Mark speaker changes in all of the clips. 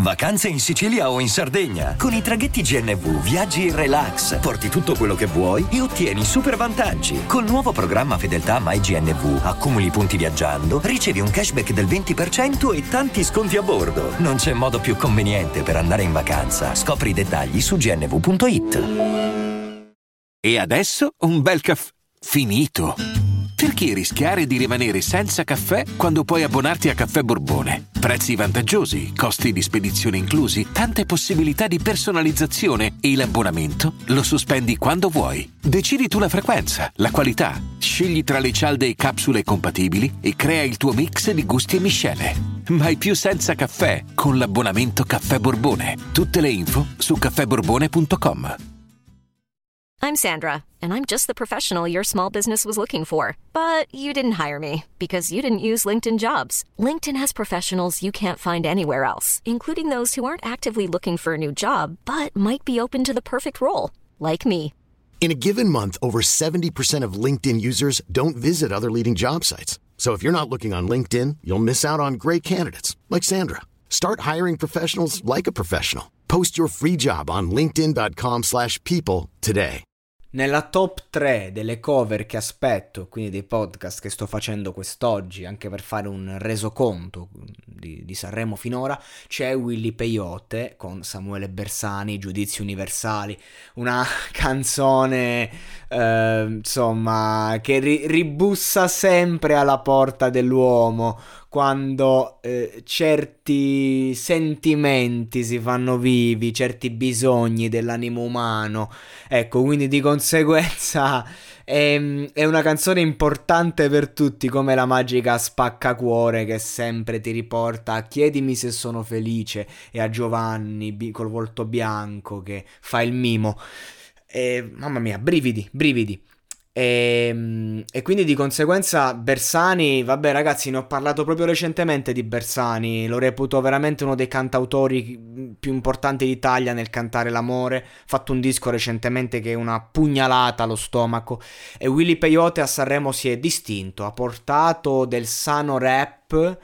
Speaker 1: Vacanze in Sicilia o in Sardegna. Con i traghetti GNV viaggi in relax, porti tutto quello che vuoi e ottieni super vantaggi. Col nuovo programma Fedeltà MyGNV accumuli punti viaggiando, ricevi un cashback del 20% e tanti sconti a bordo. Non c'è modo più conveniente per andare in vacanza. Scopri i dettagli su gnv.it.
Speaker 2: E adesso un bel caffè finito. Perché rischiare di rimanere senza caffè quando puoi abbonarti a Caffè Borbone? Prezzi vantaggiosi, costi di spedizione inclusi, tante possibilità di personalizzazione e l'abbonamento lo sospendi quando vuoi. Decidi tu la frequenza, la qualità, scegli tra le cialde e capsule compatibili e crea il tuo mix di gusti e miscele. Mai più senza caffè con l'abbonamento Caffè Borbone. Tutte le info su caffèborbone.com.
Speaker 3: I'm Sandra, and I'm just the professional your small business was looking for. But you didn't hire me because you didn't use LinkedIn Jobs. LinkedIn has professionals you can't find anywhere else, including those who aren't actively looking for a new job, but might be open to the perfect role, like me.
Speaker 4: In a given month, over 70% of LinkedIn users don't visit other leading job sites. So if you're not looking on LinkedIn, you'll miss out on great candidates like Sandra. Start hiring professionals like a professional. Post your free job on linkedin.com/people today.
Speaker 5: Nella top 3 delle cover che aspetto, quindi dei podcast che sto facendo quest'oggi, anche per fare un resoconto di Sanremo finora, c'è Willy Peyote con Samuele Bersani, Giudizi Universali, una canzone insomma che ribussa sempre alla porta dell'uomo quando certi sentimenti si fanno vivi, certi bisogni dell'animo umano. Ecco, quindi di conseguenza è una canzone importante per tutti, come la magica Spaccacuore che sempre ti riporta a Chiedimi se sono felice, e a Giovanni col volto bianco che fa il mimo. Mamma mia, brividi. E quindi di conseguenza Bersani, vabbè ragazzi, ne ho parlato proprio recentemente di Bersani, lo reputo veramente uno dei cantautori più importanti d'Italia nel cantare l'amore. Ha fatto un disco recentemente che è una pugnalata allo stomaco, e Willy Peyote a Sanremo si è distinto, ha portato del sano rap.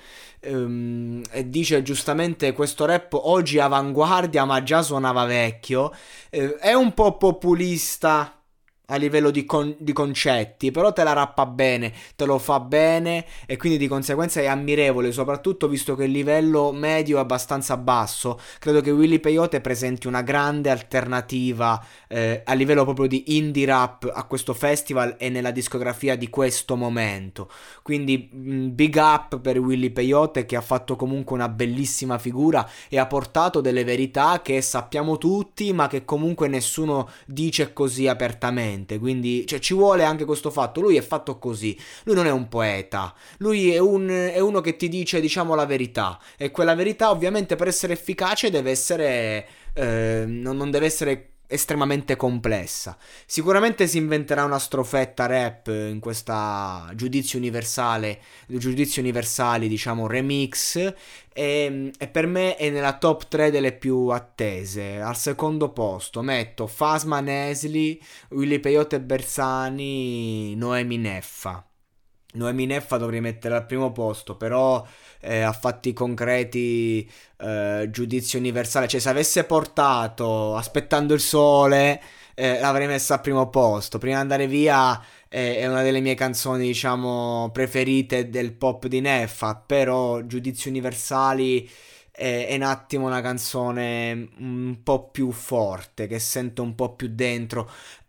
Speaker 5: E dice giustamente questo rap oggi è avanguardia ma già suonava vecchio, è un po' populista a livello di concetti, però te la rappa bene, te lo fa bene, e quindi di conseguenza è ammirevole, soprattutto visto che il livello medio è abbastanza basso. Credo che Willy Peyote presenti una grande alternativa a livello proprio di indie rap a questo festival e nella discografia di questo momento. Quindi big up per Willy Peyote, che ha fatto comunque una bellissima figura e ha portato delle verità che sappiamo tutti ma che comunque nessuno dice così apertamente. Quindi ci vuole anche questo fatto. Lui è fatto così, lui non è un poeta, lui è uno che ti dice, diciamo, la verità, e quella verità ovviamente per essere efficace deve essere non deve essere estremamente complessa. Sicuramente si inventerà una strofetta rap in questa Giudizi Universali, diciamo, remix, e per me è nella top 3 delle più attese. Al secondo posto metto Fasma Nesli, Willy Peyote Bersani, Noemi Neffa. Noemi Neffa dovrei mettere al primo posto, però a fatti concreti Giudizio Universale, cioè se avesse portato Aspettando il sole l'avrei messa al primo posto. Prima di andare via è una delle mie canzoni, diciamo, preferite del pop di Neffa, però Giudizi Universali è un attimo una canzone un po' più forte, che sento un po' più dentro.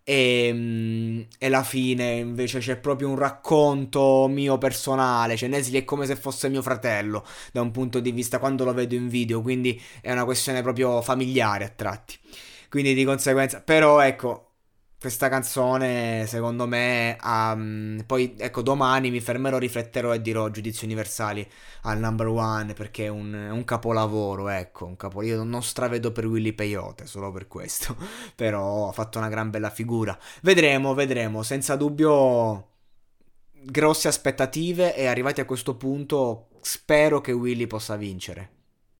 Speaker 5: E la fine invece c'è proprio un racconto mio personale, cioè Nesli è come se fosse mio fratello da un punto di vista, quando lo vedo in video, quindi è una questione proprio familiare a tratti, quindi di conseguenza. Però ecco, questa canzone secondo me poi ecco, domani mi fermerò, rifletterò e dirò Giudizi Universali al number one, perché è un capolavoro, ecco, un capolavoro. Io non stravedo per Willy Peyote solo per questo però ha fatto una gran bella figura. Vedremo, senza dubbio grosse aspettative, e arrivati a questo punto spero che Willy possa vincere.